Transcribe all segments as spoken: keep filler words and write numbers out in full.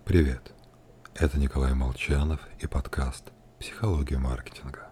Привет, это Николай Молчанов и подкаст «Психология маркетинга».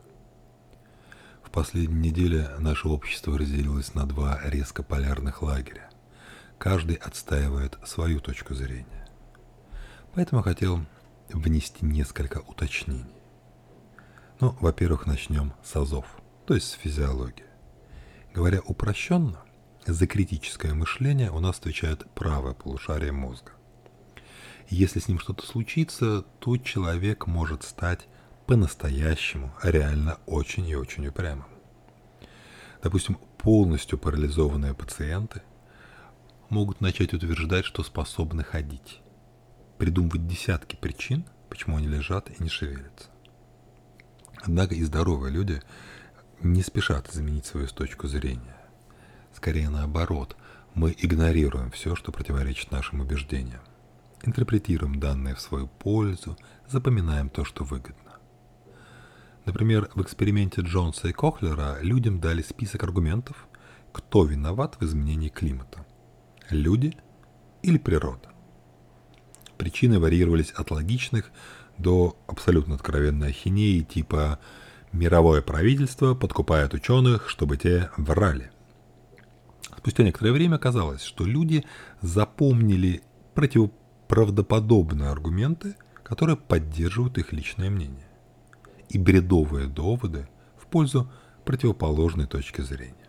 В последние недели наше общество разделилось на два резко полярных лагеря. Каждый отстаивает свою точку зрения. Поэтому я хотел внести несколько уточнений. Ну, во-первых, начнем с азов, то есть с физиологии. Говоря упрощенно, за критическое мышление у нас отвечает правое полушарие мозга. Если с ним что-то случится, то человек может стать по-настоящему реально очень и очень упрямым. Допустим, полностью парализованные пациенты могут начать утверждать, что способны ходить, придумывать десятки причин, почему они лежат и не шевелятся. Однако и здоровые люди не спешат изменить свою точку зрения. Скорее наоборот, мы игнорируем все, что противоречит нашим убеждениям. Интерпретируем данные в свою пользу, запоминаем то, что выгодно. Например, в эксперименте Джонса и Кохлера людям дали список аргументов, кто виноват в изменении климата – люди или природа. Причины варьировались от логичных до абсолютно откровенной ахинеи типа «мировое правительство подкупает ученых, чтобы те врали». Спустя некоторое время оказалось, что люди запомнили противоположные правдоподобные аргументы, которые поддерживают их личное мнение, и бредовые доводы в пользу противоположной точки зрения.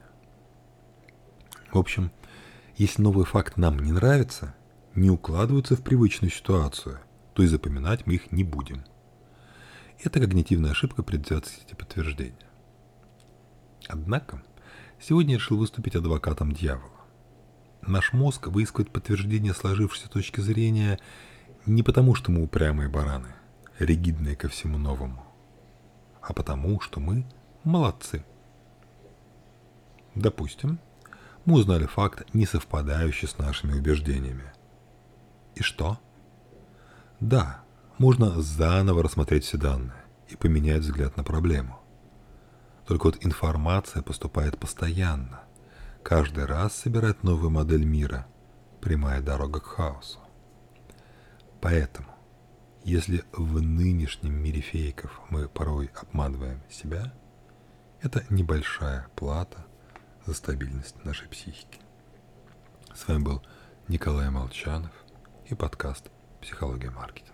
В общем, если новый факт нам не нравится, не укладывается в привычную ситуацию, то и запоминать мы их не будем. Это когнитивная ошибка при детскости подтверждения. Однако, сегодня я решил выступить адвокатом дьявола. Наш мозг выискивает подтверждение сложившейся точки зрения не потому, что мы упрямые бараны, ригидные ко всему новому, а потому, что мы молодцы. Допустим, мы узнали факт, не совпадающий с нашими убеждениями. И что? Да, можно заново рассмотреть все данные и поменять взгляд на проблему. Только вот информация поступает постоянно. Каждый раз собирать новую модель мира – прямая дорога к хаосу. Поэтому, если в нынешнем мире фейков мы порой обманываем себя, это небольшая плата за стабильность нашей психики. С вами был Николай Молчанов и подкаст «Психология маркетинга».